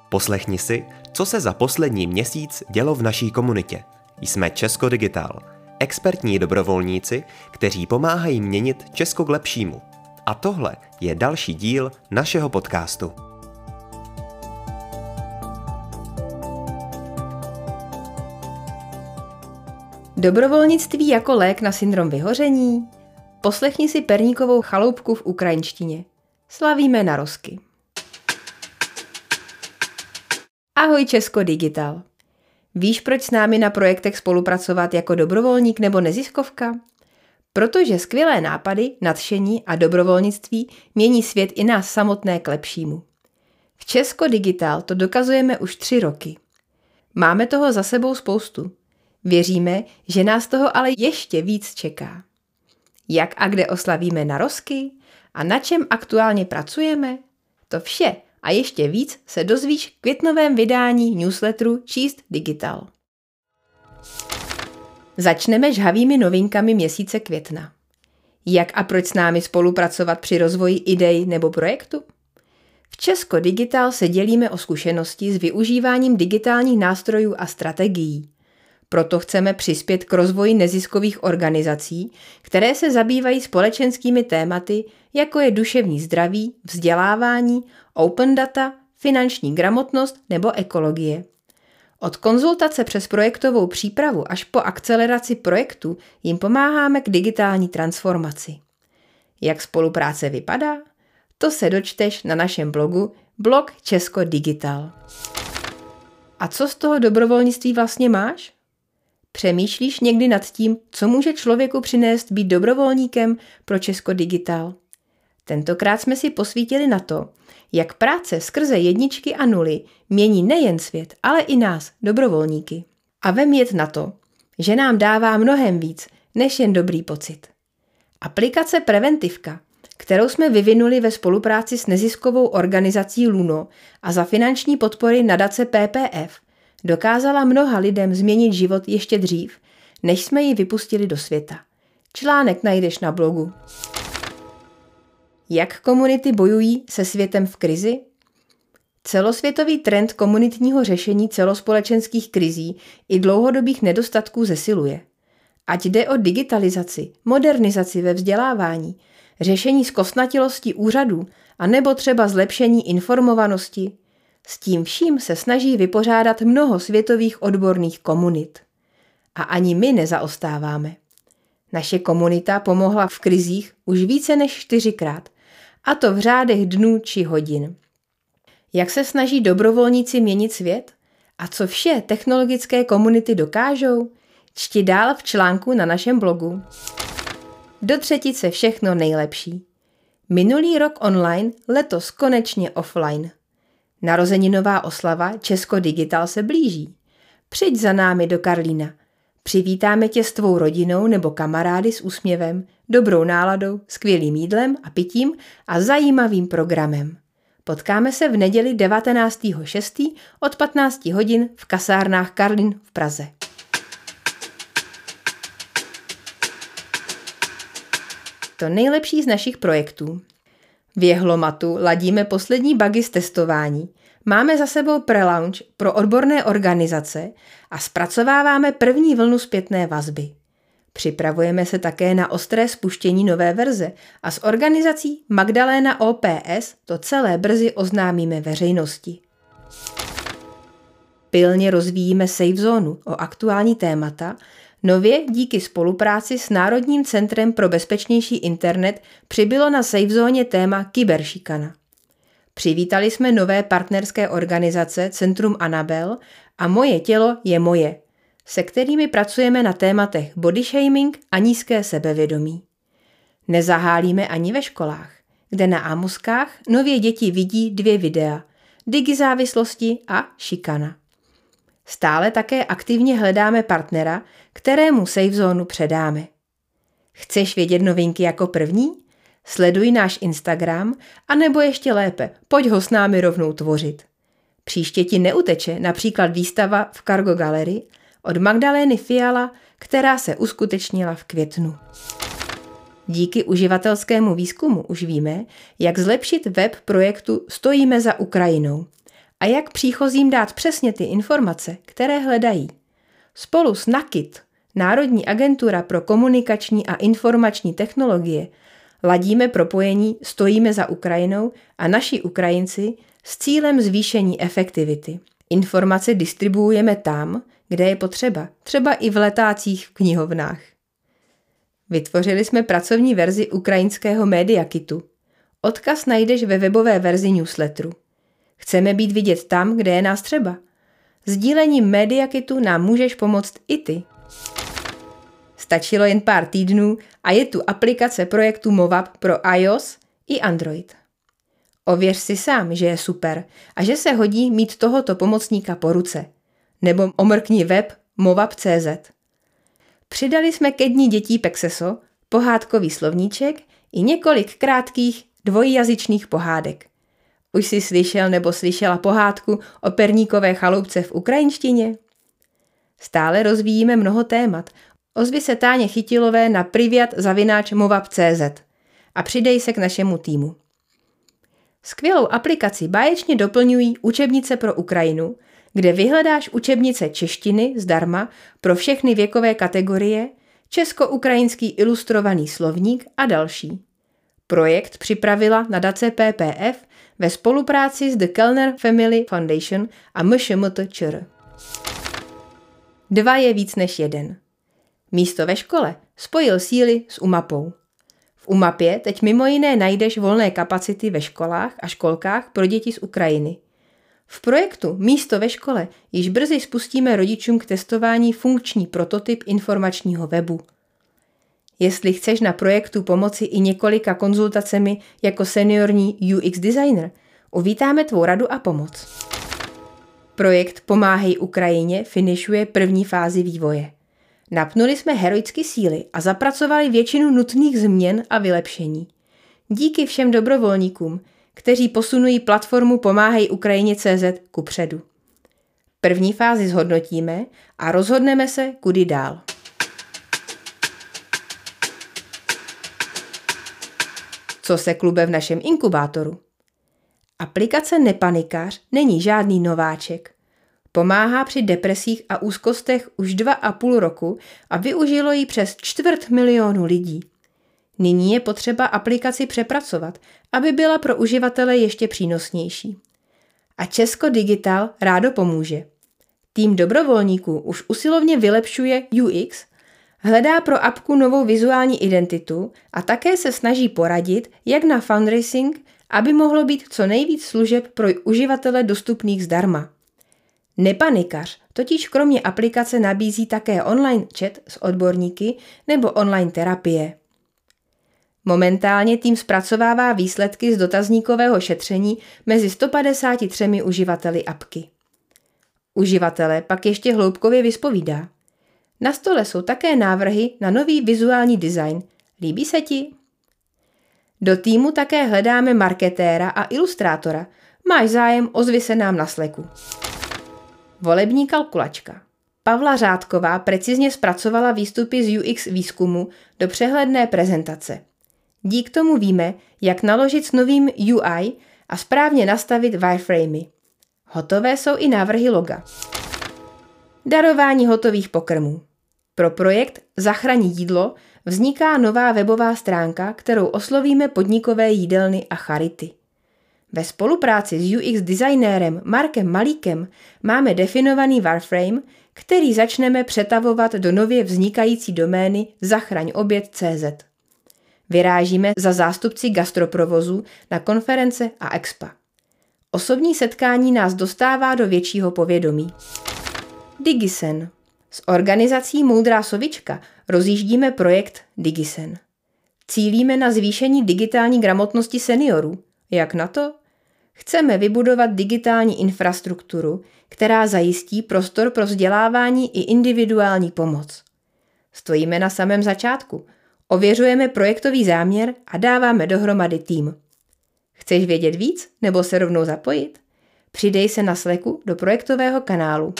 Poslechni si, co se za poslední měsíc dělo v naší komunitě. Jsme Česko Digital, expertní dobrovolníci, kteří pomáhají měnit Česko k lepšímu. A tohle je další díl našeho podcastu. Dobrovolnictví jako lék na syndrom vyhoření? Poslechni si perníkovou chaloupku v ukrajinštině. Slavíme narozky. Ahoj Česko Digital. Víš, proč s námi na projektech spolupracovat jako dobrovolník nebo neziskovka? Protože skvělé nápady, nadšení a dobrovolnictví mění svět i nás samotné k lepšímu. V Česko Digital to dokazujeme už 3 roky. Máme toho za sebou spoustu. Věříme, že nás toho ale ještě víc čeká. Jak a kde oslavíme narozky? A na čem aktuálně pracujeme? To vše a ještě víc se dozvíš v květnovém vydání newsletteru Číst Digital. Začneme žhavými novinkami měsíce května. Jak a proč s námi spolupracovat při rozvoji idej nebo projektu? V Česko Digital se dělíme o zkušenosti s využíváním digitálních nástrojů a strategií. Proto chceme přispět k rozvoji neziskových organizací, které se zabývají společenskými tématy, jako je duševní zdraví, vzdělávání, open data, finanční gramotnost nebo ekologie. Od konzultace přes projektovou přípravu až po akceleraci projektu jim pomáháme k digitální transformaci. Jak spolupráce vypadá? To se dočteš na našem blogu Blog Česko Digital. A co z toho dobrovolnictví vlastně máš? Přemýšlíš někdy nad tím, co může člověku přinést být dobrovolníkem pro Česko Digital? Tentokrát jsme si posvítili na to, jak práce skrze jedničky a nuly mění nejen svět, ale i nás, dobrovolníky. A vem jet na to, že nám dává mnohem víc, než jen dobrý pocit. Aplikace Preventivka, kterou jsme vyvinuli ve spolupráci s neziskovou organizací Luno a za finanční podpory nadace PPF, dokázala mnoha lidem změnit život ještě dřív, než jsme ji vypustili do světa. Článek najdeš na blogu. Jak komunity bojují se světem v krizi? Celosvětový trend komunitního řešení celospolečenských krizí i dlouhodobých nedostatků zesiluje. Ať jde o digitalizaci, modernizaci ve vzdělávání, řešení zkostnatilosti úřadů a nebo třeba zlepšení informovanosti, s tím vším se snaží vypořádat mnoho světových odborných komunit. A ani my nezaostáváme. Naše komunita pomohla v krizích už více než 4krát, a to v řádech dnů či hodin. Jak se snaží dobrovolníci měnit svět? A co vše technologické komunity dokážou? Čti dál v článku na našem blogu. Do třetice všechno nejlepší. Minulý rok online, letos konečně offline. Narozeninová oslava Česko Digital se blíží. Přijď za námi do Karlína. Přivítáme tě s tvou rodinou nebo kamarády s úsměvem, dobrou náladou, skvělým jídlem a pitím a zajímavým programem. Potkáme se v neděli 19.6. od 15 hodin v kasárnách Karlín v Praze. To nejlepší z našich projektů. V Jehlomatu ladíme poslední bugy z testování, máme za sebou prelaunch pro odborné organizace a zpracováváme první vlnu zpětné vazby. Připravujeme se také na ostré spuštění nové verze a s organizací Magdalena OPS to celé brzy oznámíme veřejnosti. Pilně rozvíjíme Safe Zónu o aktuální témata. Nově díky spolupráci s Národním centrem pro bezpečnější internet přibylo na SafeZóně téma kyberšikana. Přivítali jsme nové partnerské organizace Centrum Anabel a Moje tělo je moje, se kterými pracujeme na tématech body shaming a nízké sebevědomí. Nezahálíme ani ve školách, kde na Amoskách nově děti vidí 2 videa – digizávislosti a šikana. Stále také aktivně hledáme partnera, kterému SafeZónu předáme. Chceš vědět novinky jako první? Sleduj náš Instagram, anebo ještě lépe, pojď ho s námi rovnou tvořit. Příště ti neuteče například výstava v Cargo Gallery od Magdalény Fiala, která se uskutečnila v květnu. Díky uživatelskému výzkumu už víme, jak zlepšit web projektu Stojíme za Ukrajinou a jak příchozím dát přesně ty informace, které hledají. Spolu s NAKIT, Národní agentura pro komunikační a informační technologie, ladíme propojení Stojíme za Ukrajinou a naši Ukrajinci s cílem zvýšení efektivity. Informace distribuujeme tam, kde je potřeba, třeba i v letácích v knihovnách. Vytvořili jsme pracovní verzi ukrajinského MediaKitu. Odkaz najdeš ve webové verzi newsletteru. Chceme být vidět tam, kde je nás třeba. Sdílením MediaKitu nám můžeš pomoct i ty. Stačilo jen pár týdnů a je tu aplikace projektu MOVAP pro iOS i Android. Ověř si sám, že je super a že se hodí mít tohoto pomocníka po ruce. Nebo omrkni web movap.cz. Přidali jsme ke dni dětí Pexeso, pohádkový slovníček i několik krátkých dvojjazyčných pohádek. Už jsi slyšel nebo slyšela pohádku o perníkové chaloupce v ukrajinštině? Stále rozvíjíme mnoho témat. Ozvi se Táně Chytilové na privyat@movap.cz a přidej se k našemu týmu. Skvělou aplikaci báječně doplňují učebnice pro Ukrajinu, kde vyhledáš učebnice češtiny zdarma pro všechny věkové kategorie, česko-ukrajinský ilustrovaný slovník a další. Projekt připravila nadace PPF ve spolupráci s The Kellner Family Foundation a MŠMT. 2 je víc než 1. Místo ve škole spojil síly s UMAPou. V UMAPě teď mimo jiné najdeš volné kapacity ve školách a školkách pro děti z Ukrajiny. V projektu Místo ve škole již brzy spustíme rodičům k testování funkční prototyp informačního webu. Jestli chceš na projektu pomoci i několika konzultacemi jako seniorní UX designer, uvítáme tvou radu a pomoc. Projekt Pomáhej Ukrajině finišuje první fázi vývoje. Napnuli jsme heroicky síly a zapracovali většinu nutných změn a vylepšení. Díky všem dobrovolníkům, kteří posunují platformu Pomáhej Ukrajině.cz kupředu. První fázi zhodnotíme a rozhodneme se, kudy dál. Co se klube v našem inkubátoru? Aplikace Nepanikař není žádný nováček. Pomáhá při depresích a úzkostech už 2,5 roku a využilo ji přes 250 000 lidí. Nyní je potřeba aplikaci přepracovat, aby byla pro uživatele ještě přínosnější. A Česko Digital rádo pomůže. Tým dobrovolníků už usilovně vylepšuje UX, hledá pro apku novou vizuální identitu a také se snaží poradit, jak na fundraising, aby mohlo být co nejvíc služeb pro uživatele dostupných zdarma. Nepanikař totiž kromě aplikace nabízí také online chat s odborníky nebo online terapie. Momentálně tým zpracovává výsledky z dotazníkového šetření mezi 153 uživateli apky. Uživatele pak ještě hloubkově vyspovídá. Na stole jsou také návrhy na nový vizuální design. Líbí se ti? Do týmu také hledáme marketéra a ilustrátora. Máš zájem, ozvi se nám na Slacku. Volební kalkulačka. Pavla Řádková precizně zpracovala výstupy z UX výzkumu do přehledné prezentace. Dík tomu víme, jak naložit s novým UI a správně nastavit wireframey. Hotové jsou i návrhy loga. Darování hotových pokrmů. Pro projekt Zachraň jídlo vzniká nová webová stránka, kterou oslovíme podnikové jídelny a charity. Ve spolupráci s UX designérem Markem Malíkem máme definovaný wireframe, který začneme přetavovat do nově vznikající domény zachraňoběd.cz. Vyrážíme za zástupci gastroprovozu na konference a expa. Osobní setkání nás dostává do většího povědomí. Digisen. S organizací Moudrá sovička rozjíždíme projekt Digisen. Cílíme na zvýšení digitální gramotnosti seniorů. Jak na to? Chceme vybudovat digitální infrastrukturu, která zajistí prostor pro vzdělávání i individuální pomoc. Stojíme na samém začátku. Ověřujeme projektový záměr a dáváme dohromady tým. Chceš vědět víc nebo se rovnou zapojit? Přidej se na Slacku do projektového kanálu.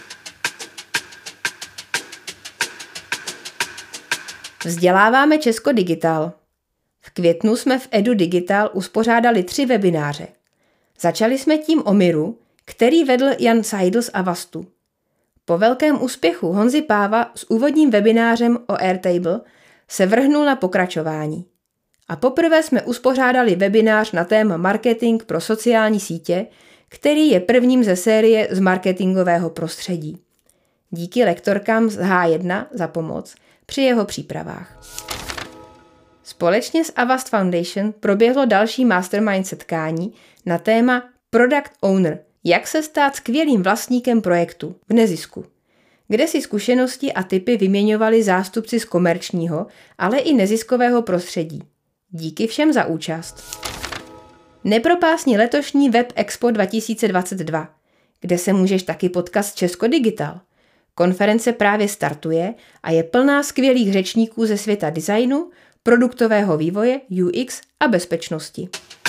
Vzděláváme Česko Digital. V květnu jsme v Edu Digital uspořádali 3 webináře. Začali jsme tím o Miru, který vedl Jan Seidl z Avastu. Po velkém úspěchu Honzy Páva s úvodním webinářem o Airtable se vrhnul na pokračování. A poprvé jsme uspořádali webinář na téma marketing pro sociální sítě, který je prvním ze série z marketingového prostředí. Díky lektorkám z H1 za pomoc při jeho přípravách. Společně s Avast Foundation proběhlo další mastermind setkání na téma Product Owner, jak se stát skvělým vlastníkem projektu v nezisku, kde si zkušenosti a tipy vyměňovali zástupci z komerčního, ale i neziskového prostředí. Díky všem za účast. Nepropásni letošní Web Expo 2022, kde se můžeš taky potkat s Česko Digital. Konference právě startuje a je plná skvělých řečníků ze světa designu, produktového vývoje, UX a bezpečnosti.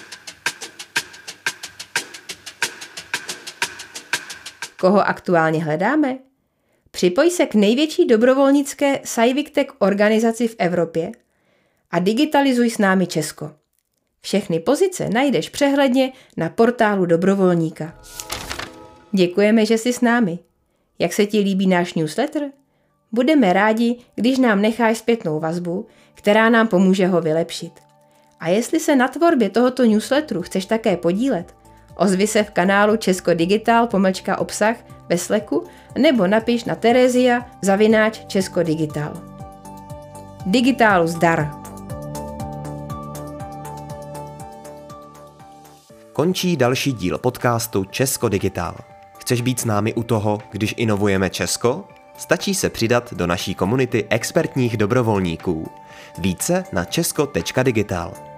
Koho aktuálně hledáme? Připoj se k největší dobrovolnické Civic Tech organizaci v Evropě a digitalizuj s námi Česko. Všechny pozice najdeš přehledně na portálu dobrovolníka. Děkujeme, že jsi s námi. Jak se ti líbí náš newsletter? Budeme rádi, když nám necháš zpětnou vazbu, která nám pomůže ho vylepšit. A jestli se na tvorbě tohoto newsletteru chceš také podílet, ozvi se v kanálu Česko Digital _obsah ve Slacku nebo napiš na Terezia@Česko Digital. Digitálu zdar! Končí další díl podcastu Česko Digital. Chceš být s námi u toho, když inovujeme Česko? Stačí se přidat do naší komunity expertních dobrovolníků. Více na česko.digital.